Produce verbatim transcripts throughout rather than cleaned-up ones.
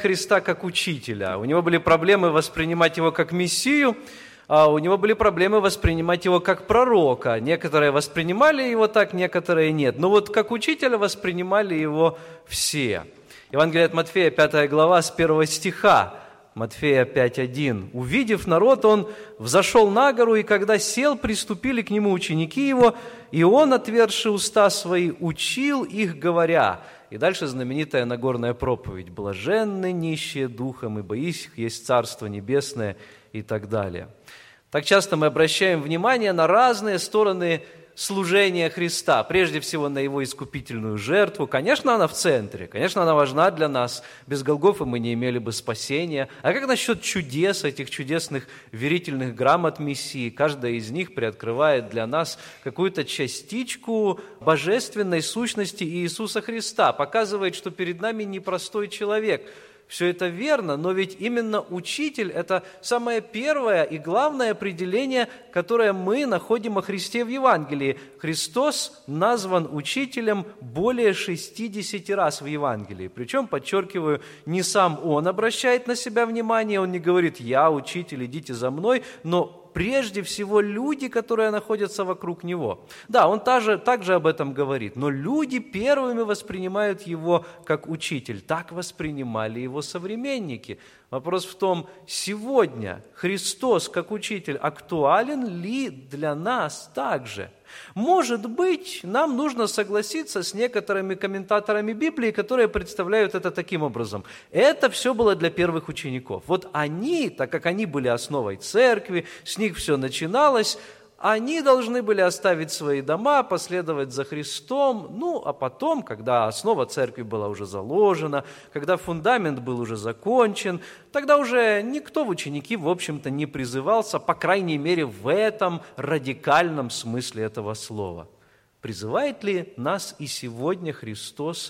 Христа как учителя. У него были проблемы воспринимать его как Мессию, а у него были проблемы воспринимать его как пророка. Некоторые воспринимали его так, некоторые нет. Но вот как учителя воспринимали его все. Евангелие от Матфея, пятая глава, с первого стиха. Матфея пять один. «Увидев народ, он взошел на гору, и когда сел, приступили к нему ученики его, и он, отверши уста свои, учил их, говоря». И дальше знаменитая Нагорная проповедь. «Блаженны нищие духом, ибо их есть Царство Небесное», и так далее. Так часто мы обращаем внимание на разные стороны служения Христа, прежде всего на Его искупительную жертву. Конечно, она в центре, конечно, она важна для нас. Без Голгофы мы не имели бы спасения. А как насчет чудес, этих чудесных верительных грамот Мессии? Каждая из них приоткрывает для нас какую-то частичку божественной сущности Иисуса Христа, показывает, что перед нами непростой человек. Все это верно, но ведь именно учитель – это самое первое и главное определение, которое мы находим о Христе в Евангелии. Христос назван учителем более шестидесяти раз в Евангелии. Причем, подчеркиваю, не сам Он обращает на себя внимание, Он не говорит «я учитель, идите за мной», но прежде всего люди, которые находятся вокруг Него. Да, Он также, также об этом говорит, но люди первыми воспринимают Его как учитель. Так воспринимали Его современники. Вопрос в том, сегодня Христос как учитель актуален ли для нас также? Может быть, нам нужно согласиться с некоторыми комментаторами Библии, которые представляют это таким образом. Это все было для первых учеников. Вот они, так как они были основой церкви, с них все начиналось, они должны были оставить свои дома, последовать за Христом, ну, а потом, когда основа церкви была уже заложена, когда фундамент был уже закончен, тогда уже никто в ученики, в общем-то, не призывался, по крайней мере, в этом радикальном смысле этого слова. Призывает ли нас и сегодня Христос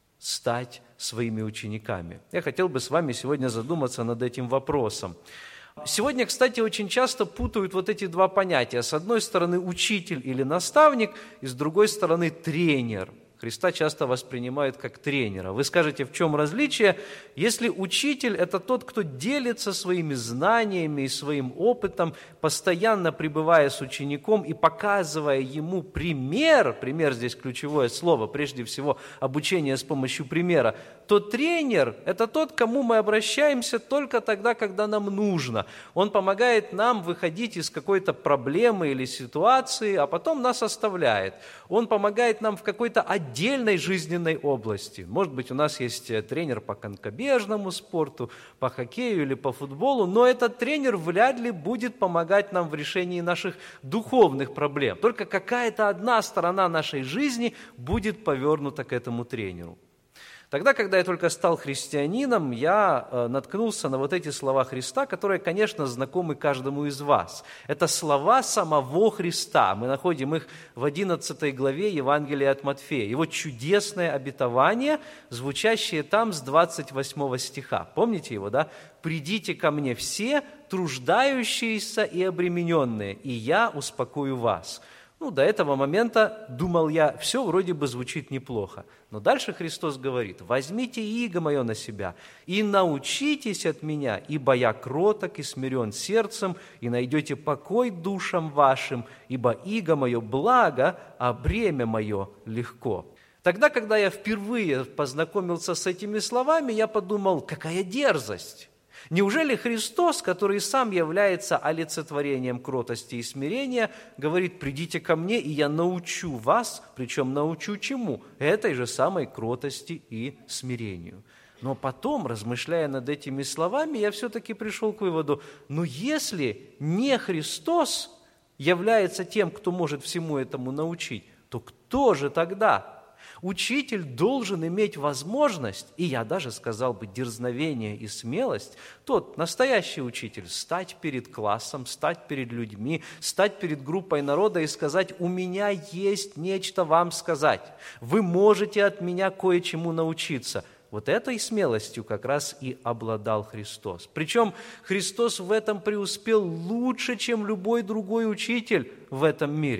стать своими учениками? Я хотел бы с вами сегодня задуматься над этим вопросом. Сегодня, кстати, очень часто путают вот эти два понятия. С одной стороны, учитель или наставник, и с другой стороны, тренер. Христа часто воспринимают как тренера. Вы скажете, в чем различие? Если учитель – это тот, кто делится своими знаниями и своим опытом, постоянно пребывая с учеником и показывая ему пример, пример здесь ключевое слово, прежде всего обучение с помощью примера, то тренер – это тот, к кому мы обращаемся только тогда, когда нам нужно. Он помогает нам выходить из какой-то проблемы или ситуации, а потом нас оставляет. Он помогает нам в какой-то отдельной жизненной области. Может быть, у нас есть тренер по конькобежному спорту, по хоккею или по футболу, но этот тренер вряд ли будет помогать нам в решении наших духовных проблем. Только какая-то одна сторона нашей жизни будет повернута к этому тренеру. Тогда, когда я только стал христианином, я наткнулся на вот эти слова Христа, которые, конечно, знакомы каждому из вас. Это слова самого Христа. Мы находим их в одиннадцатой главе Евангелия от Матфея. Его чудесное обетование, звучащее там с двадцать восьмого стиха. Помните его, да? «Придите ко мне все, труждающиеся и обремененные, и я успокою вас». Ну, до этого момента, думал я, все вроде бы звучит неплохо. Но дальше Христос говорит: «Возьмите иго мое на себя и научитесь от меня, ибо я кроток и смирен сердцем, и найдете покой душам вашим, ибо иго мое благо, а бремя мое легко». Тогда, когда я впервые познакомился с этими словами, я подумал, какая дерзость! Неужели Христос, который сам является олицетворением кротости и смирения, говорит: «Придите ко мне, и я научу вас», причем научу чему? Этой же самой кротости и смирению. Но потом, размышляя над этими словами, я все-таки пришел к выводу, ну если не Христос является тем, кто может всему этому научить, то кто же тогда? Учитель должен иметь возможность, и я даже сказал бы дерзновение и смелость, тот настоящий учитель, стать перед классом, стать перед людьми, стать перед группой народа и сказать: «У меня есть нечто вам сказать, вы можете от меня кое-чему научиться». Вот этой смелостью как раз и обладал Христос. Причем Христос в этом преуспел лучше, чем любой другой учитель в этом мире.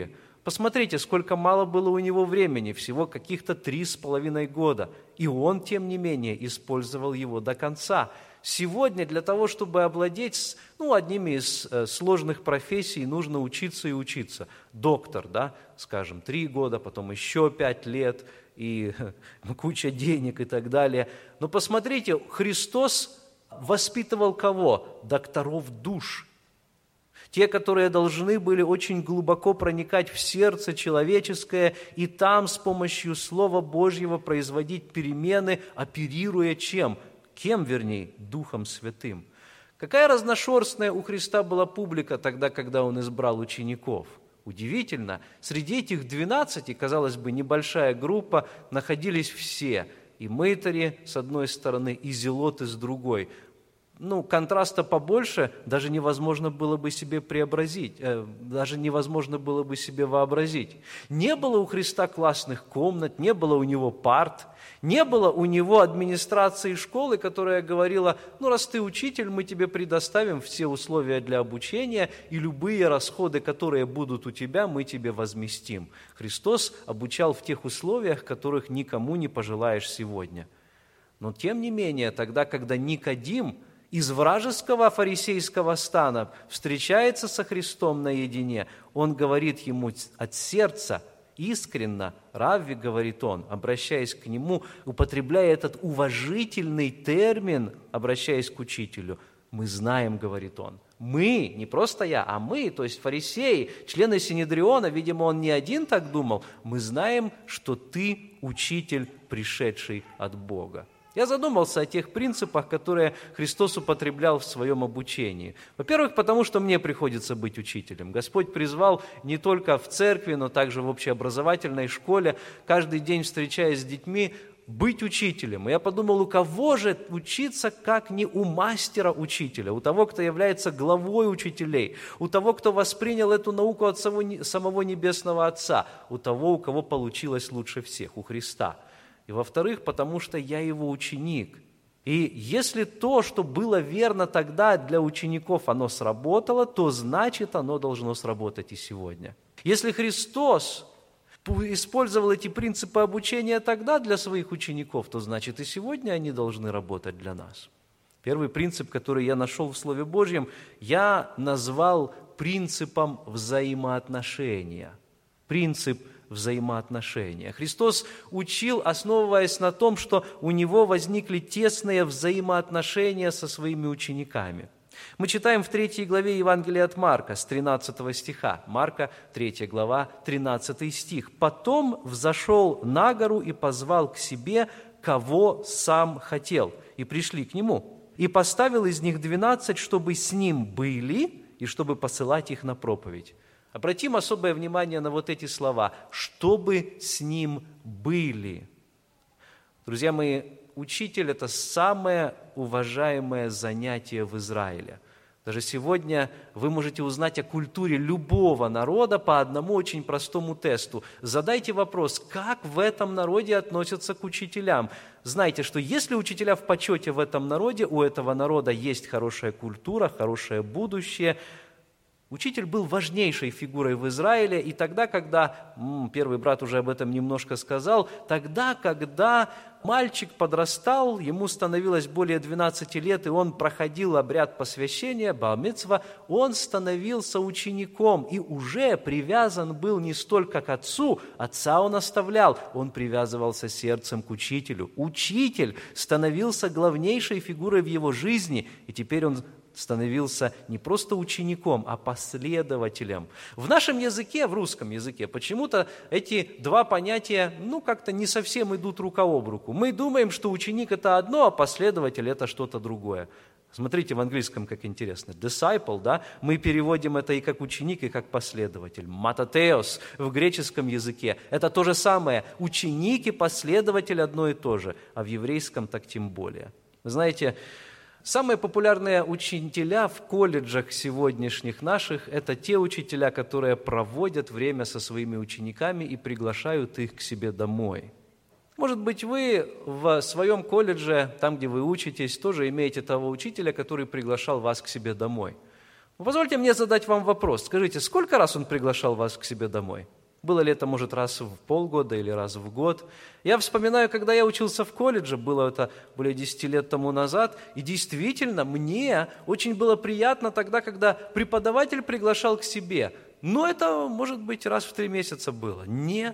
Посмотрите, сколько мало было у него времени, всего каких-то три с половиной года. И он, тем не менее, использовал его до конца. Сегодня для того, чтобы овладеть ну, одними из э, сложных профессий, нужно учиться и учиться. Доктор, да, скажем, три года, потом еще пять лет, и ну, куча денег и так далее. Но посмотрите, Христос воспитывал кого? Докторов душ. Те, которые должны были очень глубоко проникать в сердце человеческое и там с помощью Слова Божьего производить перемены, оперируя чем? Кем, вернее? Духом Святым. Какая разношерстная у Христа была публика тогда, когда Он избрал учеников? Удивительно, среди этих двенадцати, казалось бы, небольшая группа, находились все. И мытари с одной стороны, и зелоты с другой. Ну, контраста побольше даже невозможно было бы себе преобразить, э, даже невозможно было бы себе вообразить. Не было у Христа классных комнат, не было у Него парт, не было у Него администрации школы, которая говорила, ну, раз ты учитель, мы тебе предоставим все условия для обучения, и любые расходы, которые будут у тебя, мы тебе возместим. Христос обучал в тех условиях, которых никому не пожелаешь сегодня. Но, тем не менее, тогда, когда Никодим из вражеского фарисейского стана встречается со Христом наедине, он говорит ему от сердца, искренно, «Равви», говорит он, обращаясь к нему, употребляя этот уважительный термин, обращаясь к учителю. «Мы знаем», говорит он, «мы», не просто я, а мы, то есть фарисеи, члены Синедриона, видимо, он не один так думал, «мы знаем, что ты учитель, пришедший от Бога». Я задумался о тех принципах, которые Христос употреблял в своем обучении. Во-первых, потому что мне приходится быть учителем. Господь призвал не только в церкви, но также в общеобразовательной школе, каждый день встречаясь с детьми, быть учителем. И я подумал, у кого же учиться, как не у мастера-учителя, у того, кто является главой учителей, у того, кто воспринял эту науку от самого Небесного Отца, у того, у кого получилось лучше всех, у Христа. И во-вторых, потому что я его ученик. И если то, что было верно тогда для учеников, оно сработало, то значит, оно должно сработать и сегодня. Если Христос использовал эти принципы обучения тогда для своих учеников, то значит, и сегодня они должны работать для нас. Первый принцип, который я нашел в Слове Божьем, я назвал принципом взаимоотношения. Принцип взаимоотношения. Христос учил, основываясь на том, что у Него возникли тесные взаимоотношения со своими учениками. Мы читаем в третьей главе Евангелия от Марка с тринадцатого стиха. Марка, третья глава, тринадцатый стих. «Потом взошел на гору и позвал к себе, кого сам хотел, и пришли к Нему. И поставил из них двенадцать, чтобы с Ним были, и чтобы посылать их на проповедь». Обратим особое внимание на вот эти слова «чтобы с Ним были». Друзья мои, учитель – это самое уважаемое занятие в Израиле. Даже сегодня вы можете узнать о культуре любого народа по одному очень простому тесту. Задайте вопрос, как в этом народе относятся к учителям. Знайте, что если учителя в почете в этом народе, у этого народа есть хорошая культура, хорошее будущее. Учитель был важнейшей фигурой в Израиле, и тогда, когда, первый брат уже об этом немножко сказал, тогда, когда мальчик подрастал, ему становилось более двенадцати лет, и он проходил обряд посвящения, бар-мицва, он становился учеником и уже привязан был не столько к отцу, отца он оставлял, он привязывался сердцем к учителю. Учитель становился главнейшей фигурой в его жизни, и теперь он становился не просто учеником, а последователем. В нашем языке, в русском языке, почему-то эти два понятия, ну, как-то не совсем идут рука об руку. Мы думаем, что ученик – это одно, а последователь – это что-то другое. Смотрите, в английском как интересно. Disciple, да, мы переводим это и как ученик, и как последователь. Мататеос в греческом языке – это то же самое. Ученик и последователь одно и то же, а в еврейском так тем более. Вы знаете, самые популярные учителя в колледжах сегодняшних наших – это те учителя, которые проводят время со своими учениками и приглашают их к себе домой. Может быть, вы в своем колледже, там, где вы учитесь, тоже имеете того учителя, который приглашал вас к себе домой. Позвольте мне задать вам вопрос. Скажите, сколько раз он приглашал вас к себе домой? Было ли это, может, раз в полгода или раз в год. Я вспоминаю, когда я учился в колледже, было это более десяти лет тому назад, и действительно, мне очень было приятно тогда, когда преподаватель приглашал к себе. Но это, может быть, раз в три месяца было, не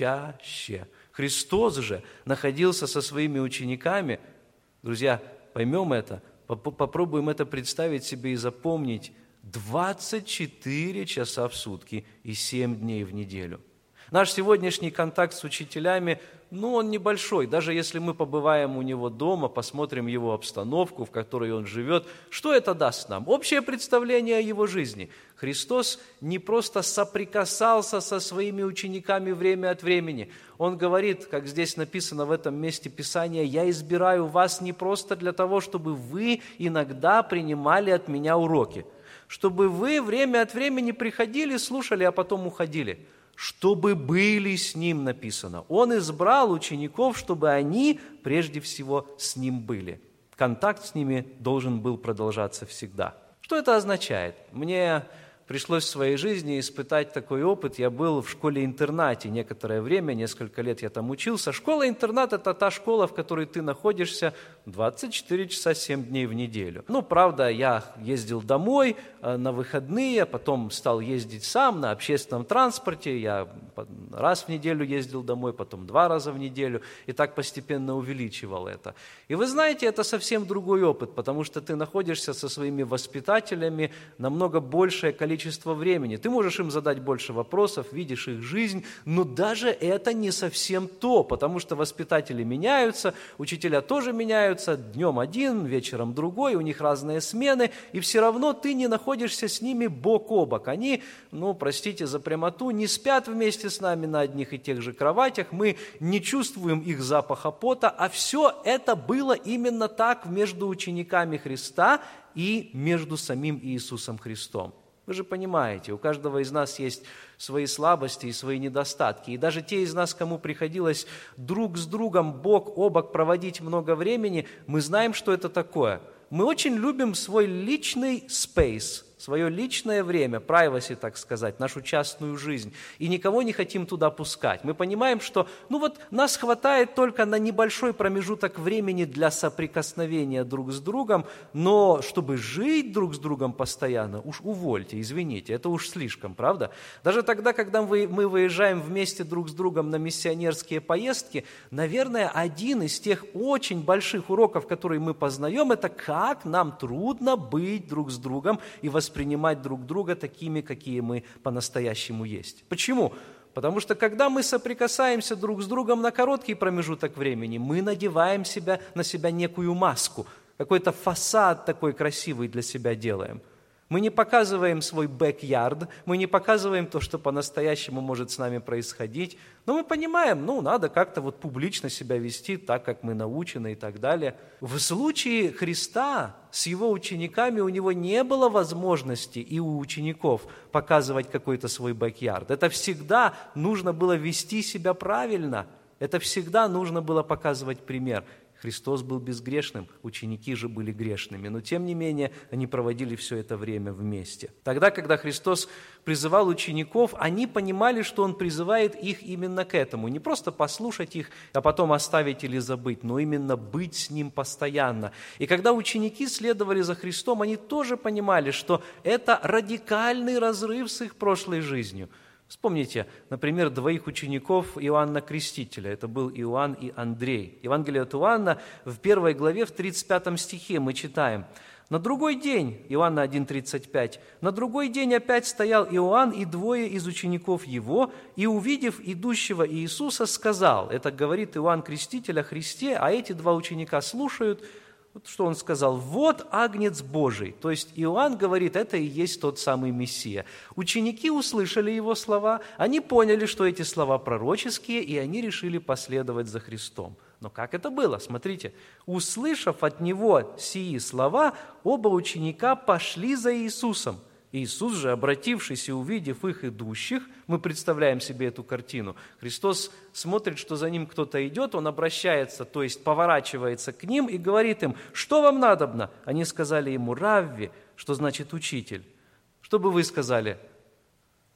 чаще. Христос же находился со своими учениками. Друзья, поймем это, попробуем это представить себе и запомнить. двадцать четыре часа в сутки и семь дней в неделю. Наш сегодняшний контакт с учителями, ну, он небольшой. Даже если мы побываем у него дома, посмотрим его обстановку, в которой он живет, что это даст нам? Общее представление о его жизни. Христос не просто соприкасался со своими учениками время от времени. Он говорит, как здесь написано в этом месте Писания, «Я избираю вас не просто для того, чтобы вы иногда принимали от меня уроки, чтобы вы время от времени приходили, слушали, а потом уходили, чтобы были с Ним», написано. Он избрал учеников, чтобы они прежде всего с Ним были. Контакт с ними должен был продолжаться всегда. Что это означает? Мне пришлось в своей жизни испытать такой опыт. Я был в школе-интернате некоторое время, несколько лет я там учился. Школа-интернат – это та школа, в которой ты находишься двадцать четыре часа семь дней в неделю. Ну, правда, я ездил домой на выходные, потом стал ездить сам на общественном транспорте. Я раз в неделю ездил домой, потом два раза в неделю, и так постепенно увеличивал это. И вы знаете, это совсем другой опыт, потому что ты находишься со своими воспитателями намного большее количество времени. Ты можешь им задать больше вопросов, видишь их жизнь, но даже это не совсем то, потому что воспитатели меняются, учителя тоже меняются, днем один, вечером другой, у них разные смены, и все равно ты не находишься с ними бок о бок. Они, ну, простите за прямоту, не спят вместе с нами на одних и тех же кроватях, мы не чувствуем их запаха пота, а все это было именно так между учениками Христа и между самим Иисусом Христом. Вы же понимаете, у каждого из нас есть свои слабости и свои недостатки. И даже те из нас, кому приходилось друг с другом бок о бок проводить много времени, мы знаем, что это такое. Мы очень любим свой личный space, свое личное время, privacy, так сказать, нашу частную жизнь, и никого не хотим туда пускать. Мы понимаем, что ну вот, нас хватает только на небольшой промежуток времени для соприкосновения друг с другом, но чтобы жить друг с другом постоянно, уж увольте, извините, это уж слишком, правда? Даже тогда, когда мы, мы выезжаем вместе друг с другом на миссионерские поездки, наверное, один из тех очень больших уроков, которые мы познаем, это как нам трудно быть друг с другом и воспринимать воспринимать друг друга такими, какие мы по-настоящему есть. Почему? Потому что когда мы соприкасаемся друг с другом на короткий промежуток времени, мы надеваем себя, на себя некую маску, какой-то фасад такой красивый для себя делаем. Мы не показываем свой бэк-ярд, мы не показываем то, что по-настоящему может с нами происходить, но мы понимаем, ну, надо как-то вот публично себя вести так, как мы научены и так далее. В случае Христа с его учениками у него не было возможности и у учеников показывать какой-то свой бэк-ярд. Это всегда нужно было вести себя правильно, это всегда нужно было показывать пример. Христос был безгрешным, ученики же были грешными, но тем не менее они проводили все это время вместе. Тогда, когда Христос призывал учеников, они понимали, что Он призывает их именно к этому. Не просто послушать их, а потом оставить или забыть, но именно быть с Ним постоянно. И когда ученики следовали за Христом, они тоже понимали, что это радикальный разрыв с их прошлой жизнью. Вспомните, например, двоих учеников Иоанна Крестителя. Это был Иоанн и Андрей. Евангелие от Иоанна в первой главе, в тридцать пятом стихе мы читаем. «На другой день», Иоанна один тридцать пять, «на другой день опять стоял Иоанн и двое из учеников его, и, увидев идущего Иисуса, сказал», это говорит Иоанн Креститель о Христе, а эти два ученика слушают, вот что он сказал: «Вот Агнец Божий». То есть Иоанн говорит, это и есть тот самый Мессия. Ученики услышали его слова, они поняли, что эти слова пророческие, и они решили последовать за Христом. Но как это было? Смотрите. «Услышав от него сии слова, оба ученика пошли за Иисусом. Иисус же, обратившись и увидев их идущих», мы представляем себе эту картину, Христос смотрит, что за ним кто-то идет, Он обращается, то есть поворачивается к ним и говорит им: «Что вам надобно?» Они сказали ему: «Равви», что значит учитель. Что бы вы сказали?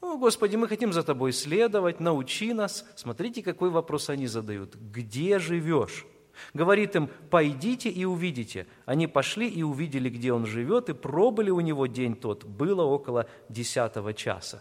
О, Господи, мы хотим за Тобой следовать, научи нас. Смотрите, какой вопрос они задают. Где живешь? Говорит им, пойдите и увидите. Они пошли и увидели, где он живет, и пробыли у него день тот. Было около десятого часа.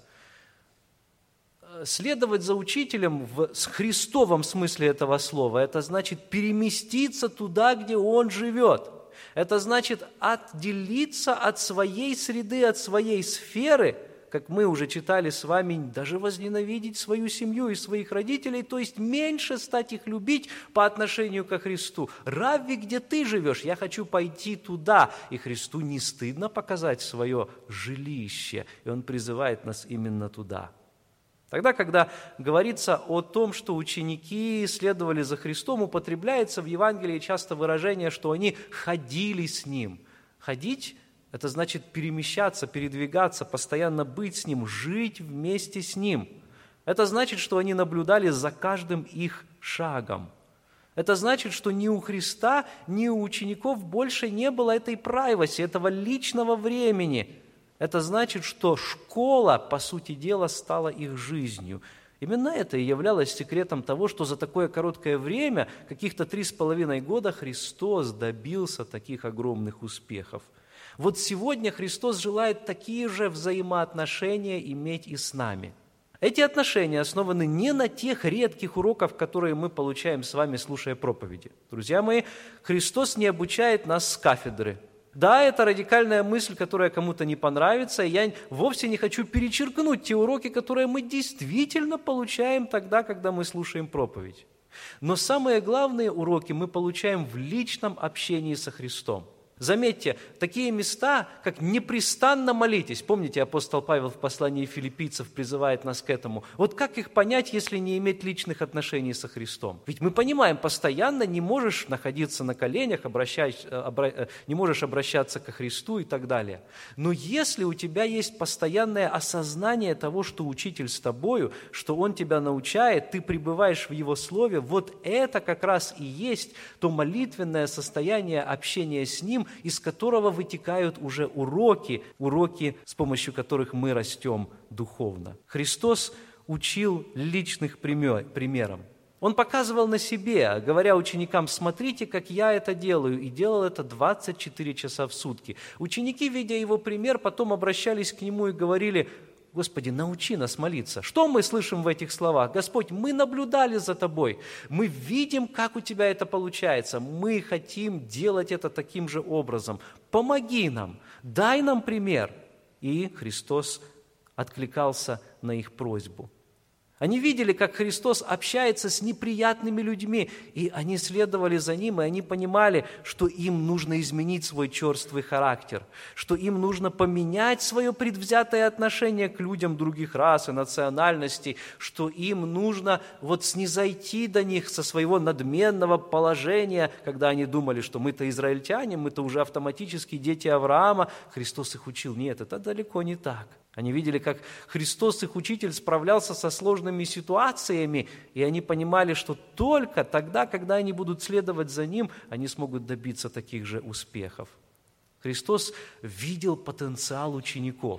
Следовать за учителем в христовом смысле этого слова, это значит переместиться туда, где он живет. Это значит отделиться от своей среды, от своей сферы, как мы уже читали с вами, даже возненавидеть свою семью и своих родителей, то есть меньше стать их любить по отношению ко Христу. Равви, где ты живешь, я хочу пойти туда. И Христу не стыдно показать свое жилище, и Он призывает нас именно туда. Тогда, когда говорится о том, что ученики следовали за Христом, употребляется в Евангелии часто выражение, что они ходили с Ним. Ходить – это значит перемещаться, передвигаться, постоянно быть с Ним, жить вместе с Ним. Это значит, что они наблюдали за каждым их шагом. Это значит, что ни у Христа, ни у учеников больше не было этой прайваси, этого личного времени. Это значит, что школа, по сути дела, стала их жизнью. Именно это и являлось секретом того, что за такое короткое время, каких-то три с половиной года, Христос добился таких огромных успехов. Вот сегодня Христос желает такие же взаимоотношения иметь и с нами. Эти отношения основаны не на тех редких уроках, которые мы получаем с вами, слушая проповеди. Друзья мои, Христос не обучает нас с кафедры. Да, это радикальная мысль, которая кому-то не понравится, и я вовсе не хочу перечеркнуть те уроки, которые мы действительно получаем тогда, когда мы слушаем проповедь. Но самые главные уроки мы получаем в личном общении со Христом. Заметьте, такие места, как «непрестанно молитесь». Помните, апостол Павел в послании филиппийцев призывает нас к этому. Вот как их понять, если не иметь личных отношений со Христом? Ведь мы понимаем, постоянно не можешь находиться на коленях, обращать, обра... не можешь обращаться ко Христу и так далее. Но если у тебя есть постоянное осознание того, что Учитель с тобою, что Он тебя научает, ты пребываешь в Его Слове, вот это как раз и есть то молитвенное состояние общения с Ним, из которого вытекают уже уроки, уроки, с помощью которых мы растем духовно. Христос учил личных примером. Он показывал на себе, говоря ученикам, смотрите, как я это делаю, и делал это двадцать четыре часа в сутки. Ученики, видя его пример, потом обращались к нему и говорили: Господи, научи нас молиться. Что мы слышим в этих словах? Господь, мы наблюдали за Тобой, мы видим, как у Тебя это получается, мы хотим делать это таким же образом. Помоги нам, дай нам пример. И Христос откликался на их просьбу. Они видели, как Христос общается с неприятными людьми, и они следовали за Ним, и они понимали, что им нужно изменить свой черствый характер, что им нужно поменять свое предвзятое отношение к людям других рас и национальностей, что им нужно вот снизойти до них со своего надменного положения, когда они думали, что мы-то израильтяне, мы-то уже автоматически дети Авраама. Христос их учил. Нет, это далеко не так. Они видели, как Христос, их учитель, справлялся со сложными ситуациями, и они понимали, что только тогда, когда они будут следовать за Ним, они смогут добиться таких же успехов. Христос видел потенциал учеников.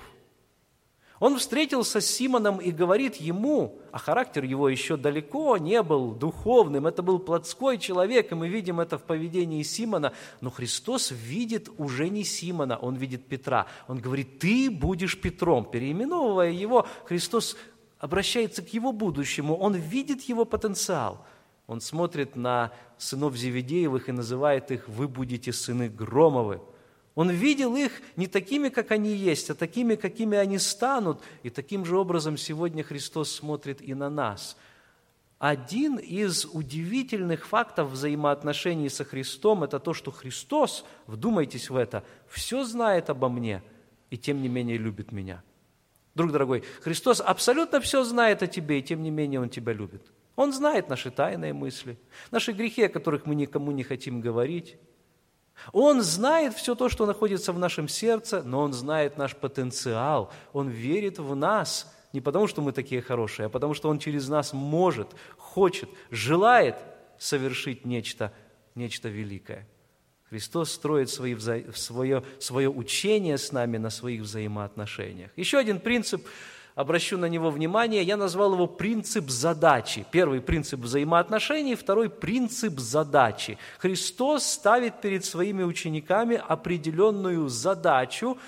Он встретился с Симоном и говорит ему, а характер его еще далеко не был духовным, это был плотской человек, и мы видим это в поведении Симона, но Христос видит уже не Симона, Он видит Петра. Он говорит: ты будешь Петром. Переименовывая его, Христос обращается к его будущему, Он видит его потенциал. Он смотрит на сынов Зеведеевых и называет их: вы будете сыны Громовы. Он видел их не такими, как они есть, а такими, какими они станут. И таким же образом сегодня Христос смотрит и на нас. Один из удивительных фактов взаимоотношений со Христом – это то, что Христос, вдумайтесь в это, все знает обо мне и тем не менее любит меня. Друг дорогой, Христос абсолютно все знает о тебе, и тем не менее Он тебя любит. Он знает наши тайные мысли, наши грехи, о которых мы никому не хотим говорить. Он знает все то, что находится в нашем сердце, но Он знает наш потенциал. Он верит в нас не потому, что мы такие хорошие, а потому, что Он через нас может, хочет, желает совершить нечто, нечто великое. Христос строит свои вза... свое, свое учение с нами на своих взаимоотношениях. Еще один принцип обращу на него внимание, я назвал его принцип задачи. Первый принцип взаимоотношений, второй принцип задачи. Христос ставит перед своими учениками определенную задачу,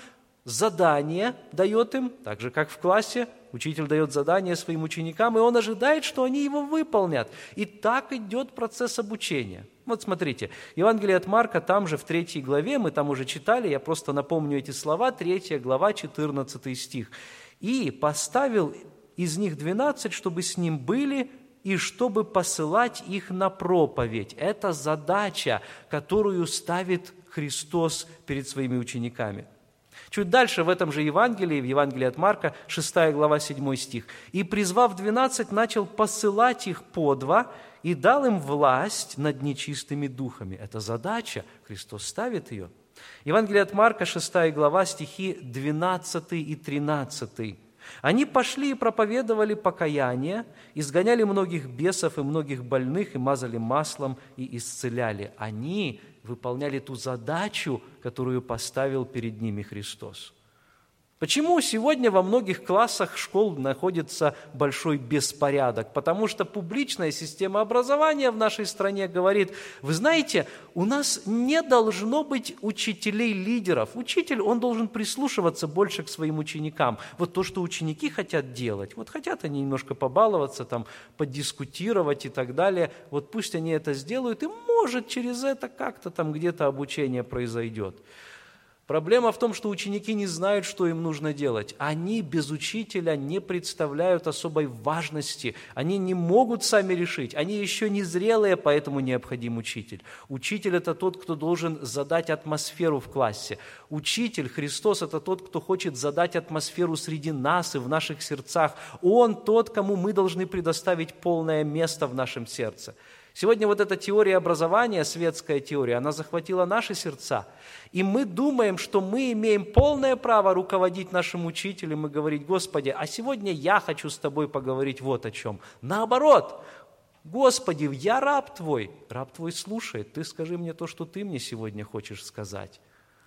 задание дает им, так же, как в классе, учитель дает задание своим ученикам, и он ожидает, что они его выполнят. И так идет процесс обучения. Вот смотрите, Евангелие от Марка, там же в третьей главе, мы там уже читали, я просто напомню эти слова, третья глава, четырнадцатый стих. «И поставил из них двенадцать, чтобы с ним были, и чтобы посылать их на проповедь». Это задача, которую ставит Христос перед своими учениками. Чуть дальше в этом же Евангелии, в Евангелии от Марка, шестая глава, седьмой стих. «И, призвав двенадцать, начал посылать их по два, и дал им власть над нечистыми духами». Это задача, Христос ставит ее. Евангелие от Марка, шестая глава, стихи двенадцатый и тринадцатый. «Они пошли и проповедовали покаяние, изгоняли многих бесов и многих больных, и мазали маслом, и исцеляли». Они выполняли ту задачу, которую поставил перед ними Христос. Почему сегодня во многих классах школ находится большой беспорядок? Потому что публичная система образования в нашей стране говорит, вы знаете, у нас не должно быть учителей-лидеров. Учитель, он должен прислушиваться больше к своим ученикам. Вот то, что ученики хотят делать, вот хотят они немножко побаловаться, там, подискутировать и так далее, вот пусть они это сделают, и может через это как-то там где-то обучение произойдет. Проблема в том, что ученики не знают, что им нужно делать. Они без учителя не представляют особой важности. Они не могут сами решить. Они еще не зрелые, поэтому необходим учитель. Учитель – это тот, кто должен задать атмосферу в классе. Учитель, Христос – это тот, кто хочет задать атмосферу среди нас и в наших сердцах. Он тот, кому мы должны предоставить полное место в нашем сердце. Сегодня вот эта теория образования, светская теория, она захватила наши сердца. И мы думаем, что мы имеем полное право руководить нашим учителем и говорить, Господи, а сегодня я хочу с тобой поговорить вот о чем. Наоборот, Господи, я раб Твой. Раб Твой слушает. Ты скажи мне то, что Ты мне сегодня хочешь сказать.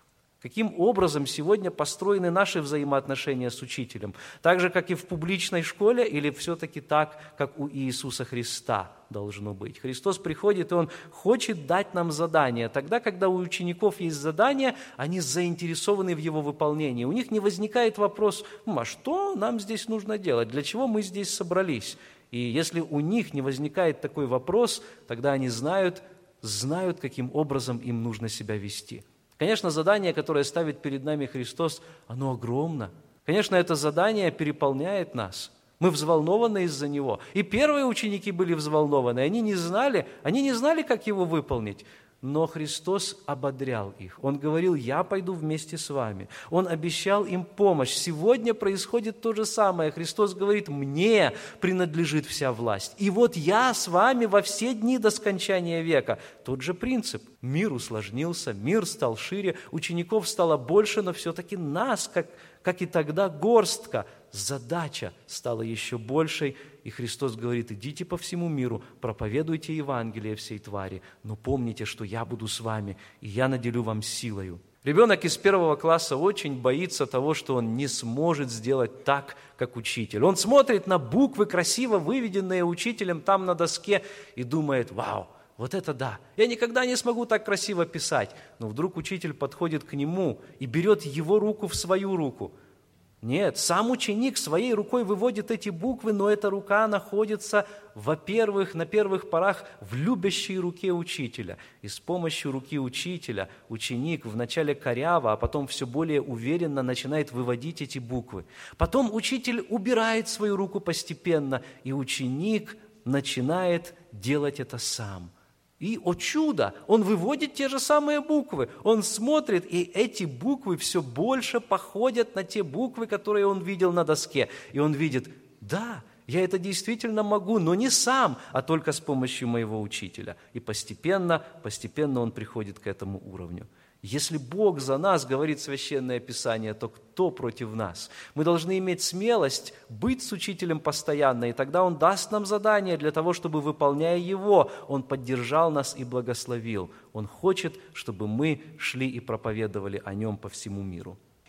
Каким образом сегодня построены наши взаимоотношения с учителем? Так же, как и в публичной школе, или все-таки так, как у Иисуса Христа должно быть? Христос приходит, и Он хочет дать нам задание. Тогда, когда у учеников есть задание, они заинтересованы в его выполнении. У них не возникает вопрос, а что нам здесь нужно делать? Для чего мы здесь собрались? И если у них не возникает такой вопрос, тогда они знают, знают, каким образом им нужно себя вести. Конечно, задание, которое ставит перед нами Христос, оно огромно. Конечно, это задание переполняет нас. Мы взволнованы из-за него. И первые ученики были взволнованы, они не знали, они не знали, как его выполнить. Но Христос ободрял их. Он говорил, я пойду вместе с вами. Он обещал им помощь. Сегодня происходит то же самое. Христос говорит, мне принадлежит вся власть. И вот я с вами во все дни до скончания века. Тот же принцип. Мир усложнился, мир стал шире, учеников стало больше, но все-таки нас, как, как и тогда, горстка. Задача стала еще большей, и Христос говорит, идите по всему миру, проповедуйте Евангелие всей твари, но помните, что я буду с вами, и я наделю вам силою. Ребенок из первого класса очень боится того, что он не сможет сделать так, как учитель. Он смотрит на буквы, красиво выведенные учителем там на доске, и думает, вау, вот это да, я никогда не смогу так красиво писать. Но вдруг учитель подходит к нему и берет его руку в свою руку. Нет, сам ученик своей рукой выводит эти буквы, но эта рука находится, во-первых, на первых порах в любящей руке учителя. И с помощью руки учителя ученик вначале коряво, а потом все более уверенно начинает выводить эти буквы. Потом учитель убирает свою руку постепенно, и ученик начинает делать это сам. И, о чудо, он выводит те же самые буквы. Он смотрит, и эти буквы все больше походят на те буквы, которые он видел на доске. И он видит, да, я это действительно могу, но не сам, а только с помощью моего учителя. И постепенно, постепенно он приходит к этому уровню. Если Бог за нас, говорит Священное Писание, то кто против нас? Мы должны иметь смелость быть с учителем постоянно, и тогда Он даст нам задание для того, чтобы, выполняя его, Он поддержал нас и благословил. Он хочет, чтобы мы шли и проповедовали о Нем по всему миру.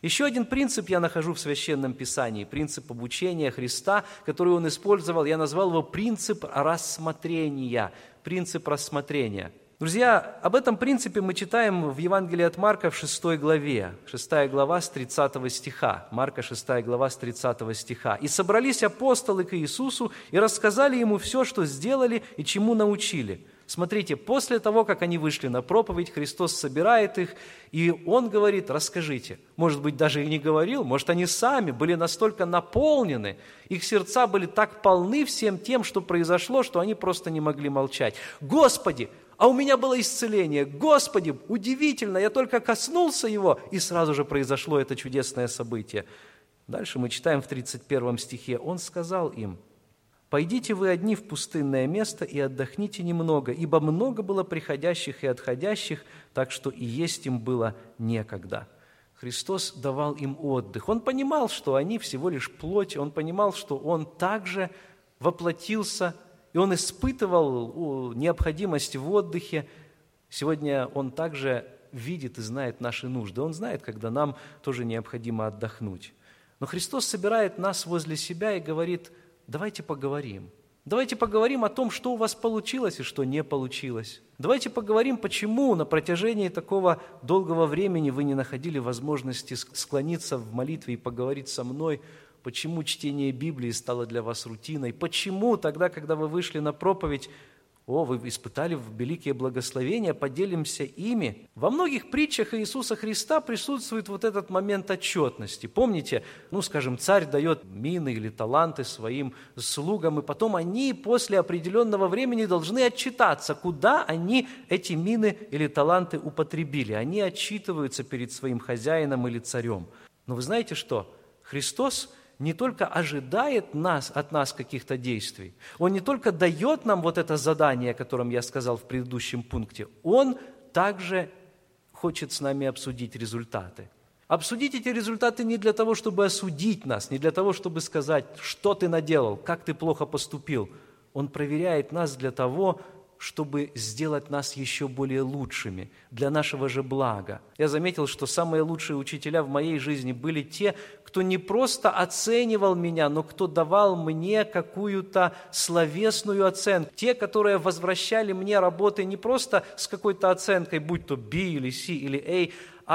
Еще один принцип я нахожу в Священном Писании, принцип обучения Христа, который он использовал, я назвал его принцип рассмотрения, принцип рассмотрения. Друзья, об этом принципе мы читаем в Евангелии от Марка в шестой главе, шестая глава с тридцатого стиха, Марка шестая глава с тридцатого стиха. «И собрались апостолы к Иисусу и рассказали Ему все, что сделали и чему научили». Смотрите, после того, как они вышли на проповедь, Христос собирает их, и Он говорит: расскажите. Может быть, даже и не говорил, может, они сами были настолько наполнены, их сердца были так полны всем тем, что произошло, что они просто не могли молчать. «Господи, а у меня было исцеление! Господи, удивительно, я только коснулся его!» И сразу же произошло это чудесное событие. Дальше мы читаем в тридцать первом стихе. Он сказал им: «Пойдите вы одни в пустынное место и отдохните немного, ибо много было приходящих и отходящих, так что и есть им было некогда». Христос давал им отдых. Он понимал, что они всего лишь плоть, Он понимал, что Он также воплотился, и Он испытывал необходимость в отдыхе. Сегодня Он также видит и знает наши нужды. Он знает, когда нам тоже необходимо отдохнуть. Но Христос собирает нас возле себя и говорит: давайте поговорим. Давайте поговорим о том, что у вас получилось и что не получилось. Давайте поговорим, почему на протяжении такого долгого времени вы не находили возможности склониться в молитве и поговорить со мной. Почему чтение Библии стало для вас рутиной? Почему тогда, когда вы вышли на проповедь, о, вы испытали великие благословения, поделимся ими. Во многих притчах Иисуса Христа присутствует вот этот момент отчетности. Помните, ну, скажем, царь дает мины или таланты своим слугам, и потом они после определенного времени должны отчитаться, куда они эти мины или таланты употребили. Они отчитываются перед своим хозяином или царем. Но вы знаете что? Христос не только ожидает нас, от нас каких-то действий, Он не только дает нам вот это задание, о котором я сказал в предыдущем пункте, Он также хочет с нами обсудить результаты. Обсудить эти результаты не для того, чтобы осудить нас, не для того, чтобы сказать, что ты наделал, как ты плохо поступил. Он проверяет нас для того, чтобы сделать нас еще более лучшими, для нашего же блага. Я заметил, что самые лучшие учителя в моей жизни были те, кто не просто оценивал меня, но кто давал мне какую-то словесную оценку. Те, которые возвращали мне работы не просто с какой-то оценкой, будь то B или C или A,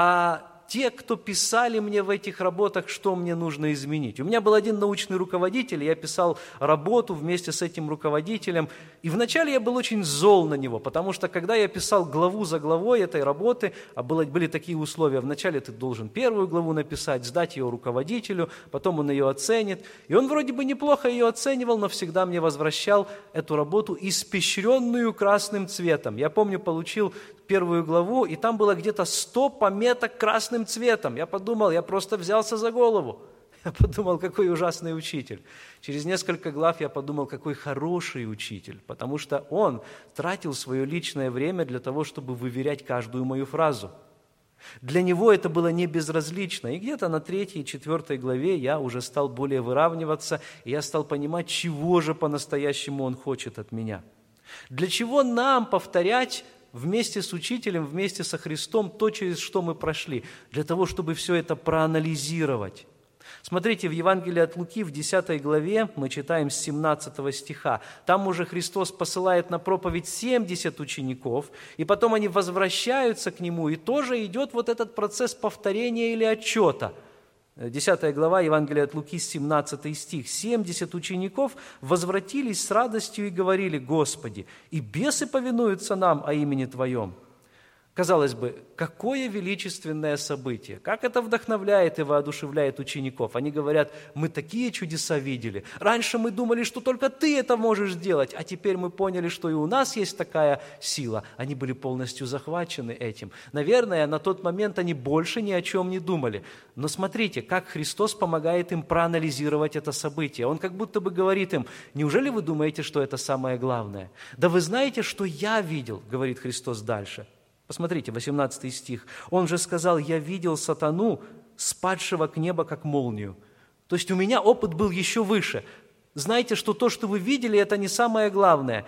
а те, кто писали мне в этих работах, что мне нужно изменить. У меня был один научный руководитель, я писал работу вместе с этим руководителем, и вначале я был очень зол на него, потому что когда я писал главу за главой этой работы, а было, были такие условия, вначале ты должен первую главу написать, сдать ее руководителю, потом он ее оценит, и он вроде бы неплохо ее оценивал, но всегда мне возвращал эту работу испещренную красным цветом. Я помню, получил первую главу, и там было где-то сто пометок красным цветом. Я подумал, я просто взялся за голову. Я подумал, какой ужасный учитель. Через несколько глав я подумал, какой хороший учитель, потому что он тратил свое личное время для того, чтобы выверять каждую мою фразу. Для него это было не безразлично. И где-то на третьей, четвертой главе я уже стал более выравниваться, и я стал понимать, чего же по-настоящему он хочет от меня. Для чего нам повторять вместе с учителем, вместе со Христом то, через что мы прошли, для того, чтобы все это проанализировать. Смотрите, в Евангелии от Луки в десятой главе мы читаем с семнадцатого стиха. Там уже Христос посылает на проповедь семьдесят учеников, и потом они возвращаются к Нему, и тоже идет вот этот процесс повторения или отчета. десятая глава Евангелия от Луки, семнадцатый стих. «Семьдесят учеников возвратились с радостью и говорили: Господи, и бесы повинуются нам о имени Твоем». Казалось бы, какое величественное событие, как это вдохновляет и воодушевляет учеников. Они говорят: мы такие чудеса видели. Раньше мы думали, что только Ты это можешь сделать, а теперь мы поняли, что и у нас есть такая сила. Они были полностью захвачены этим. Наверное, на тот момент они больше ни о чем не думали. Но смотрите, как Христос помогает им проанализировать это событие. Он как будто бы говорит им: неужели вы думаете, что это самое главное? Да вы знаете, что я видел, говорит Христос дальше. Посмотрите, восемнадцатый стих. «Он же сказал: я видел сатану, спадшего к небу, как молнию». То есть у меня опыт был еще выше. Знаете, что то, что вы видели, это не самое главное.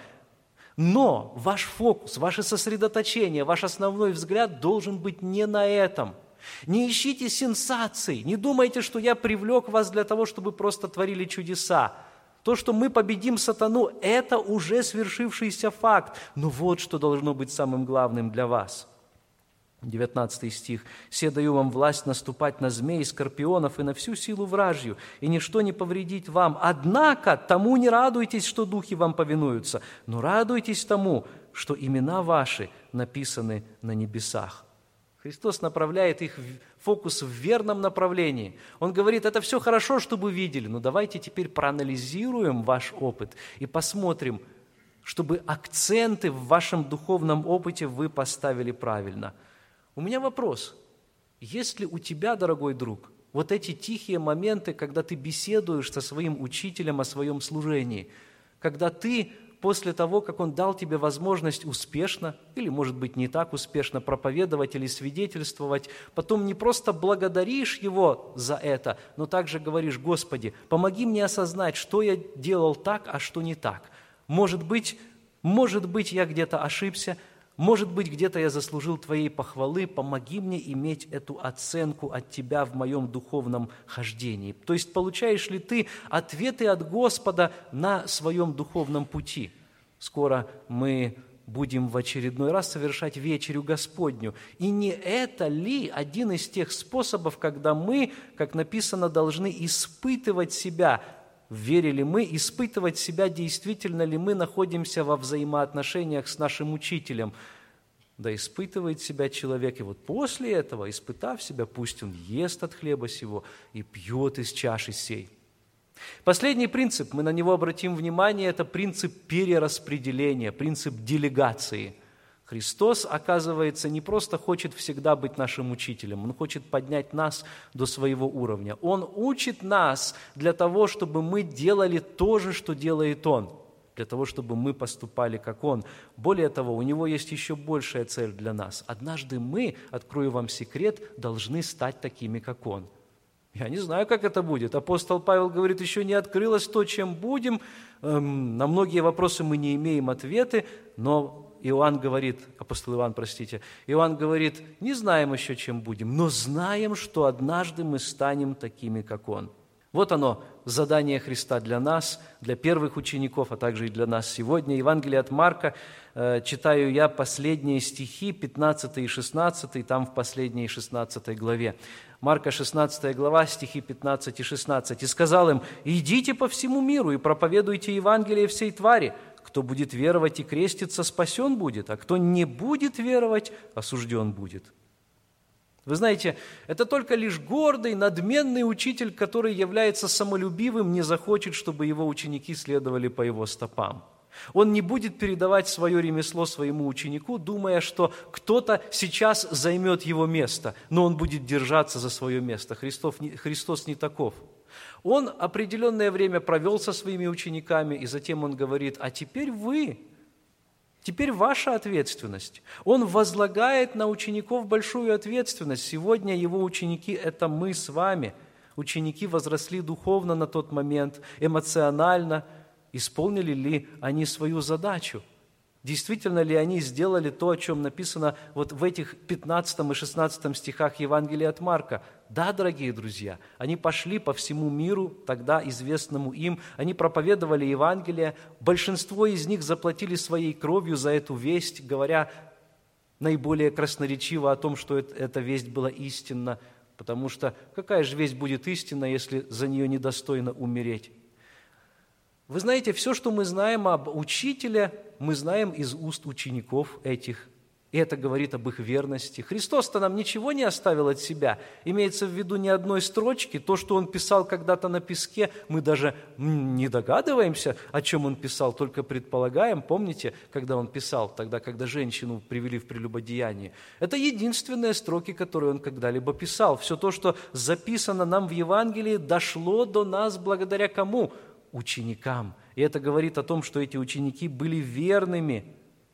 Но ваш фокус, ваше сосредоточение, ваш основной взгляд должен быть не на этом. Не ищите сенсаций, не думайте, что я привлек вас для того, чтобы просто творили чудеса. То, что мы победим сатану, это уже свершившийся факт. Но вот что должно быть самым главным для вас. девятнадцатый стих. «Се даю вам власть наступать на змей, скорпионов и на всю силу вражью, и ничто не повредит вам. Однако тому не радуйтесь, что духи вам повинуются, но радуйтесь тому, что имена ваши написаны на небесах». Христос направляет их фокус в верном направлении. Он говорит, это все хорошо, чтобы вы видели, но давайте теперь проанализируем ваш опыт и посмотрим, чтобы акценты в вашем духовном опыте вы поставили правильно. У меня вопрос. Есть ли у тебя, дорогой друг, вот эти тихие моменты, когда ты беседуешь со своим учителем о своем служении, когда ты после того, как Он дал тебе возможность успешно, или, может быть, не так успешно проповедовать или свидетельствовать, потом не просто благодаришь Его за это, но также говоришь, Господи, помоги мне осознать, что я делал так, а что не так. Может быть, может быть, я где-то ошибся, может быть, где-то я заслужил Твоей похвалы, помоги мне иметь эту оценку от Тебя в моем духовном хождении. То есть, получаешь ли ты ответы от Господа на своем духовном пути? Скоро мы будем в очередной раз совершать вечерю Господню. И не это ли один из тех способов, когда мы, как написано, должны испытывать себя, вере ли мы, испытывать себя, действительно ли мы находимся во взаимоотношениях с нашим учителем. Да испытывает себя человек, и вот после этого, испытав себя, пусть он ест от хлеба сего и пьет из чаши сей. Последний принцип, мы на него обратим внимание, это принцип перераспределения, принцип делегации. Христос, оказывается, не просто хочет всегда быть нашим учителем, Он хочет поднять нас до своего уровня. Он учит нас для того, чтобы мы делали то же, что делает Он, для того, чтобы мы поступали, как Он. Более того, у Него есть еще большая цель для нас. Однажды мы, открою вам секрет, должны стать такими, как Он. Я не знаю, как это будет. Апостол Павел говорит, еще не открылось то, чем будем. Эм, на многие вопросы мы не имеем ответы, но Иоанн говорит, апостол Иоанн, простите, Иоанн говорит, не знаем еще, чем будем, но знаем, что однажды мы станем такими, как Он. Вот оно, задание Христа для нас, для первых учеников, а также и для нас сегодня. Евангелие от Марка, э, читаю я последние стихи, пятнадцатый и шестнадцатый, там в последней шестнадцатой главе. Марка шестнадцатая глава, стихи пятнадцать и шестнадцать. «И сказал им, идите по всему миру и проповедуйте Евангелие всей твари. Кто будет веровать и креститься, спасен будет, а кто не будет веровать, осужден будет». Вы знаете, это только лишь гордый, надменный учитель, который является самолюбивым, не захочет, чтобы его ученики следовали по его стопам. Он не будет передавать свое ремесло своему ученику, думая, что кто-то сейчас займет его место, но он будет держаться за свое место. Христос не, Христос не таков. Он определенное время провел со своими учениками, и затем он говорит, а теперь вы, теперь ваша ответственность. Он возлагает на учеников большую ответственность. Сегодня его ученики – это мы с вами. Ученики возросли духовно на тот момент, эмоционально. Исполнили ли они свою задачу? Действительно ли они сделали то, о чем написано вот в этих пятнадцатом и шестнадцатом стихах Евангелия от Марка? Да, дорогие друзья, они пошли по всему миру, тогда известному им, они проповедовали Евангелие, большинство из них заплатили своей кровью за эту весть, говоря наиболее красноречиво о том, что эта весть была истинна, потому что какая же весть будет истинна, если за нее недостойно умереть? Вы знаете, все, что мы знаем об учителе, мы знаем из уст учеников этих. И это говорит об их верности. Христос-то нам ничего не оставил от себя. Имеется в виду ни одной строчки. То, что Он писал когда-то на песке, мы даже не догадываемся, о чем Он писал, только предполагаем. Помните, когда Он писал, тогда, когда женщину привели в прелюбодеяние? Это единственные строки, которые Он когда-либо писал. Все то, что записано нам в Евангелии, дошло до нас благодаря кому? Ученикам. И это говорит о том, что эти ученики были верными.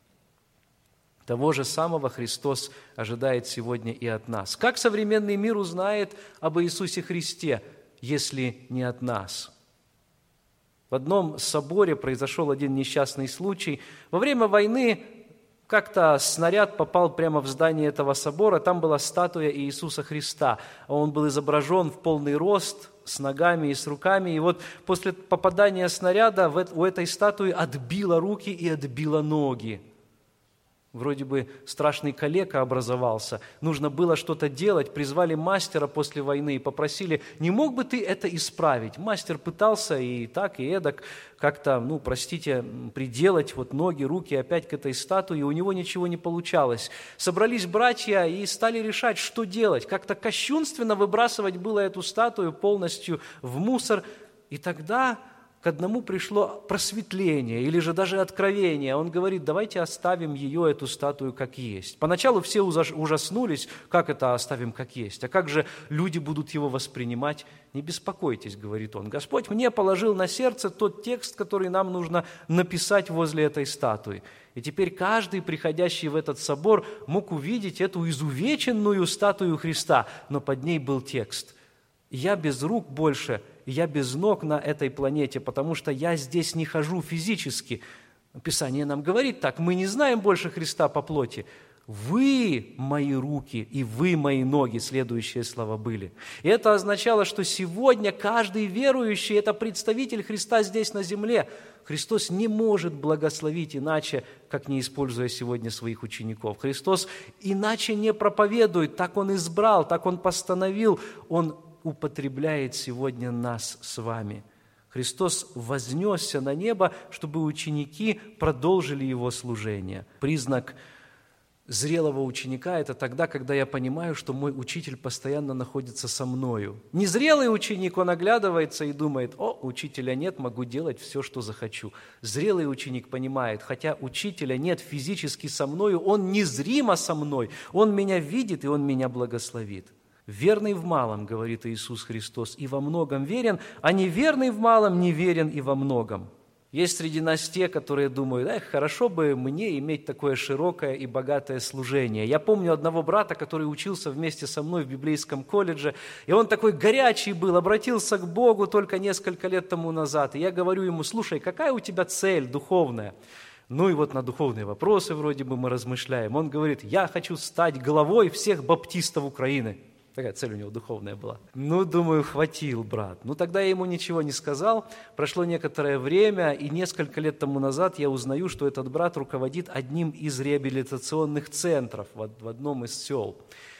Того же самого Христос ожидает сегодня и от нас. Как современный мир узнает об Иисусе Христе, если не от нас? В одном соборе произошел один несчастный случай. Во время войны Как-то снаряд попал прямо в здание этого собора, там была статуя Иисуса Христа. Он был изображен в полный рост, с ногами и с руками. И вот после попадания снаряда у этой статуи отбило руки и отбило ноги. Вроде бы страшный калека образовался. Нужно было что-то делать. Призвали мастера после войны и попросили, не мог бы ты это исправить? Мастер пытался и так, и эдак как-то, ну, простите, приделать вот ноги, руки опять к этой статуе. У него ничего не получалось. Собрались братья и стали решать, что делать. Как-то кощунственно выбрасывать было эту статую полностью в мусор. И тогда к одному пришло просветление или же даже откровение. Он говорит, давайте оставим ее, эту статую, как есть. Поначалу все ужаснулись, как это оставим как есть? А как же люди будут его воспринимать? Не беспокойтесь, говорит он. Господь мне положил на сердце тот текст, который нам нужно написать возле этой статуи. И теперь каждый, приходящий в этот собор, мог увидеть эту изувеченную статую Христа, но под ней был текст. Я без рук больше, я без ног на этой планете, потому что я здесь не хожу физически. Писание нам говорит так, мы не знаем больше Христа по плоти. Вы мои руки и вы мои ноги, следующие слова были. И это означало, что сегодня каждый верующий – это представитель Христа здесь на земле. Христос не может благословить иначе, как не используя сегодня своих учеников. Христос иначе не проповедует, так Он избрал, так Он постановил, Он употребляет сегодня нас с вами. Христос вознесся на небо, чтобы ученики продолжили Его служение. Признак зрелого ученика – это тогда, когда я понимаю, что мой учитель постоянно находится со мною. Незрелый ученик, он оглядывается и думает, о, учителя нет, могу делать все, что захочу. Зрелый ученик понимает, хотя учителя нет физически со мною, он незримо со мной, он меня видит и он меня благословит. Верный в малом, говорит Иисус Христос, и во многом верен, а неверный в малом не верен и во многом. Есть среди нас те, которые думают, эх, хорошо бы мне иметь такое широкое и богатое служение. Я помню одного брата, который учился вместе со мной в библейском колледже, и он такой горячий был, обратился к Богу только несколько лет тому назад. И я говорю ему, слушай, какая у тебя цель духовная? Ну и вот на духовные вопросы вроде бы мы размышляем. Он говорит, я хочу стать главой всех баптистов Украины. Такая цель у него духовная была. Ну, думаю, хватил, брат. Ну, тогда я ему ничего не сказал. Прошло некоторое время, и несколько лет тому назад я узнаю, что этот брат руководит одним из реабилитационных центров в одном из сел.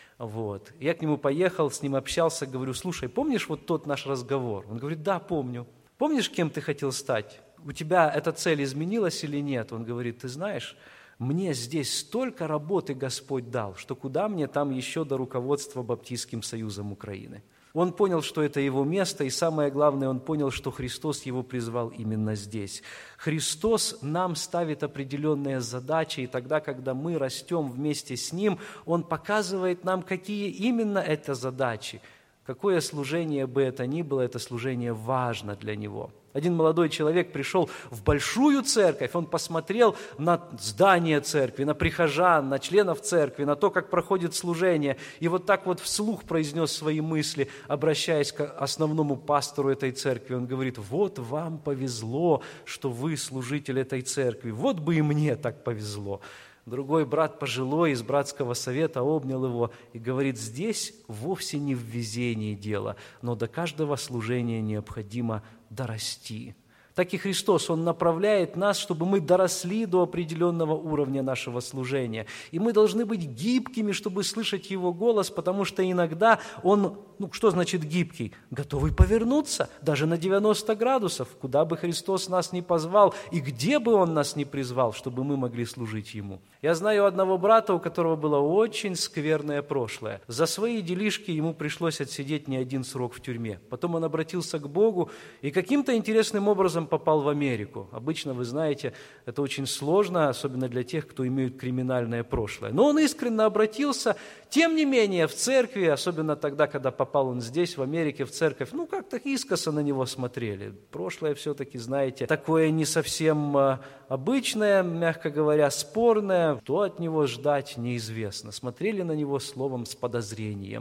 Вот. Я к нему поехал, с ним общался, говорю, слушай, помнишь вот тот наш разговор? Он говорит, да, помню. Помнишь, кем ты хотел стать? У тебя эта цель изменилась или нет? Он говорит, ты знаешь, мне здесь столько работы Господь дал, что куда мне там еще до руководства Баптистским союзом Украины. Он понял, что это его место, и самое главное, он понял, что Христос его призвал именно здесь. Христос нам ставит определенные задачи, и тогда, когда мы растем вместе с Ним, Он показывает нам, какие именно это задачи. Какое служение бы это ни было, это служение важно для него. Один молодой человек пришел в большую церковь, он посмотрел на здание церкви, на прихожан, на членов церкви, на то, как проходит служение, и вот так вот вслух произнес свои мысли, обращаясь к основному пастору этой церкви. Он говорит, вот вам повезло, что вы служитель этой церкви, вот бы и мне так повезло. Другой брат пожилой из братского совета обнял его и говорит, здесь вовсе не в везении дело, но до каждого служения необходимо дорасти. Так и Христос, Он направляет нас, чтобы мы доросли до определенного уровня нашего служения. И мы должны быть гибкими, чтобы слышать Его голос, потому что иногда Он, ну что значит гибкий? Готовый повернуться даже на девяносто градусов, куда бы Христос нас ни позвал и где бы Он нас ни призвал, чтобы мы могли служить Ему. Я знаю одного брата, у которого было очень скверное прошлое. За свои делишки ему пришлось отсидеть не один срок в тюрьме. Потом он обратился к Богу и каким-то интересным образом попал в Америку. Обычно, вы знаете, это очень сложно, особенно для тех, кто имеет криминальное прошлое. Но он искренне обратился, тем не менее, в церкви, особенно тогда, когда попал он здесь, в Америке, в церковь, ну, как-то искоса на него смотрели. Прошлое все-таки, знаете, такое не совсем обычное, мягко говоря, спорное. Что от него ждать, неизвестно. Смотрели на него словом с подозрением.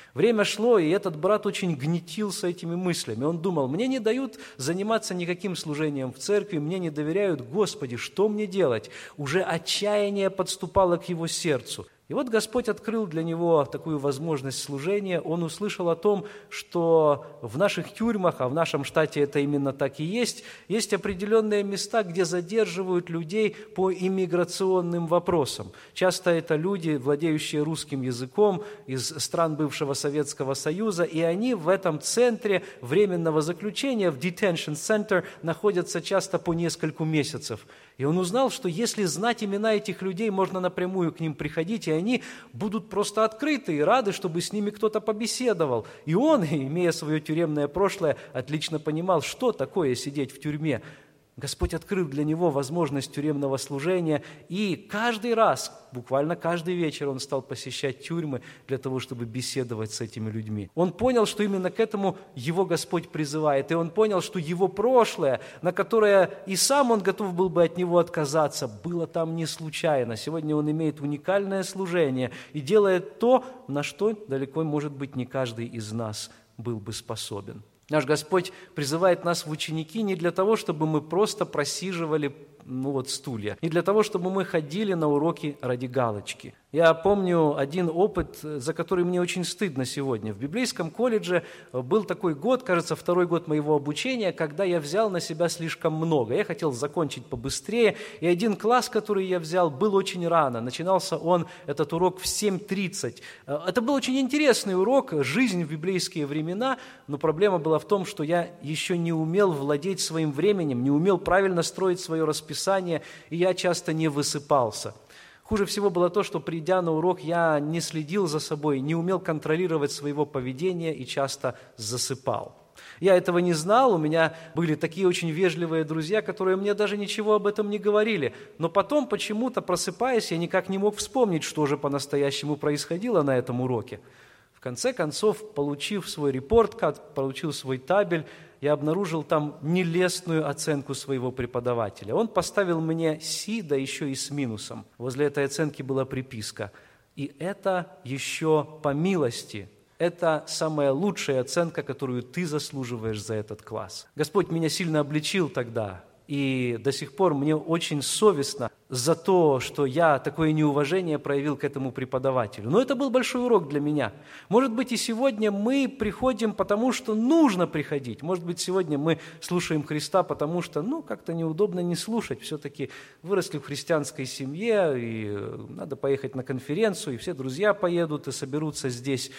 Время шло, и этот брат очень гнетился этими мыслями. Он думал, мне не дают заниматься никаким служением в церкви, мне не доверяют, Господи, что мне делать? Уже отчаяние подступало к его сердцу. И вот Господь открыл для него такую возможность служения. Он услышал о том, что в наших тюрьмах, а в нашем штате это именно так и есть, есть определенные места, где задерживают людей по иммиграционным вопросам. Часто это люди, владеющие русским языком из стран бывшего Советского Союза, и они в этом центре временного заключения, в detention center, находятся часто по нескольку месяцев. И он узнал, что если знать имена этих людей, можно напрямую к ним приходить, и они будут просто открыты и рады, чтобы с ними кто-то побеседовал. И он, имея свое тюремное прошлое, отлично понимал, что такое сидеть в тюрьме. Господь открыл для него возможность тюремного служения, и каждый раз, буквально каждый вечер он стал посещать тюрьмы для того, чтобы беседовать с этими людьми. Он понял, что именно к этому его Господь призывает, и он понял, что его прошлое, на которое и сам он готов был бы от него отказаться, было там не случайно. Сегодня он имеет уникальное служение и делает то, на что далеко, может быть, не каждый из нас был бы способен. Наш Господь призывает нас в ученики не для того, чтобы мы просто просиживали ну вот, стулья, не для того, чтобы мы ходили на уроки ради галочки. Я помню один опыт, за который мне очень стыдно сегодня. В библейском колледже был такой год, кажется, второй год моего обучения, когда я взял на себя слишком много. Я хотел закончить побыстрее, и один класс, который я взял, был очень рано. Начинался он, этот урок, в семь тридцать. Это был очень интересный урок, жизнь в библейские времена, но проблема была в том, что я еще не умел владеть своим временем, не умел правильно строить свое расписание, и я часто не высыпался. Хуже всего было то, что, придя на урок, я не следил за собой, не умел контролировать своего поведения и часто засыпал. Я этого не знал, у меня были такие очень вежливые друзья, которые мне даже ничего об этом не говорили. Но потом, почему-то, просыпаясь, я никак не мог вспомнить, что же по-настоящему происходило на этом уроке. В конце концов, получив свой репорт-карт, получил свой табель, я обнаружил там нелестную оценку своего преподавателя. Он поставил мне Си, да еще и с минусом. Возле этой оценки была приписка. И это еще по милости. Это самая лучшая оценка, которую ты заслуживаешь за этот класс. Господь меня сильно обличил тогда. И до сих пор мне очень совестно за то, что я такое неуважение проявил к этому преподавателю. Но это был большой урок для меня. Может быть, и сегодня мы приходим, потому что нужно приходить. Может быть, сегодня мы слушаем Христа, потому что, ну, как-то неудобно не слушать. Все-таки выросли в христианской семье, и надо поехать на конференцию, и все друзья поедут и соберутся здесь.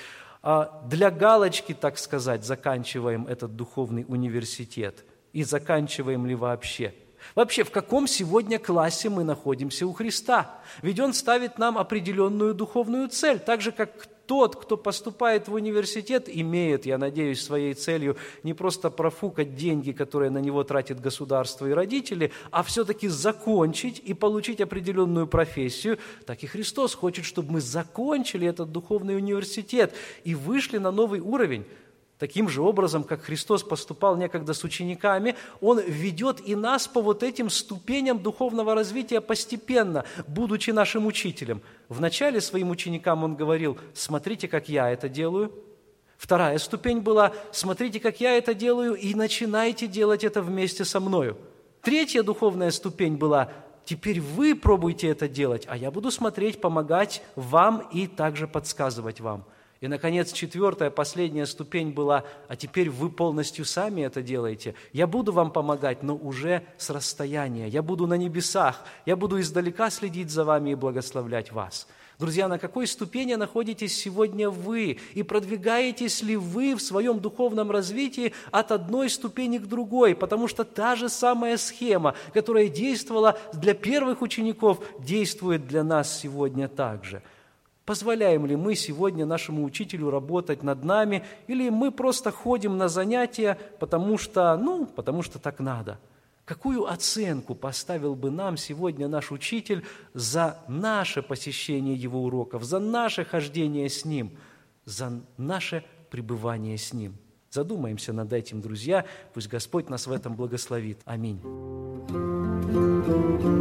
А для галочки, так сказать, заканчиваем этот духовный университет. И заканчиваем ли вообще? Вообще, в каком сегодня классе мы находимся у Христа? Ведь Он ставит нам определенную духовную цель, так же, как тот, кто поступает в университет, имеет, я надеюсь, своей целью не просто профукать деньги, которые на него тратит государство и родители, а все-таки закончить и получить определенную профессию, так и Христос хочет, чтобы мы закончили этот духовный университет и вышли на новый уровень. Таким же образом, как Христос поступал некогда с учениками, Он ведет и нас по вот этим ступеням духовного развития постепенно, будучи нашим учителем. Вначале своим ученикам Он говорил: «Смотрите, как я это делаю». Вторая ступень была: «Смотрите, как я это делаю, и начинайте делать это вместе со мною». Третья духовная ступень была: «Теперь вы пробуйте это делать, а я буду смотреть, помогать вам и также подсказывать вам». И, наконец, четвертая, последняя ступень была: а теперь вы полностью сами это делаете. Я буду вам помогать, но уже с расстояния. Я буду на небесах, я буду издалека следить за вами и благословлять вас. Друзья, на какой ступени находитесь сегодня вы? И продвигаетесь ли вы в своем духовном развитии от одной ступени к другой? Потому что та же самая схема, которая действовала для первых учеников, действует для нас сегодня также. Позволяем ли мы сегодня нашему учителю работать над нами, или мы просто ходим на занятия, потому что, ну, потому что так надо? Какую оценку поставил бы нам сегодня наш учитель за наше посещение его уроков, за наше хождение с ним, за наше пребывание с ним? Задумаемся над этим, друзья. Пусть Господь нас в этом благословит. Аминь.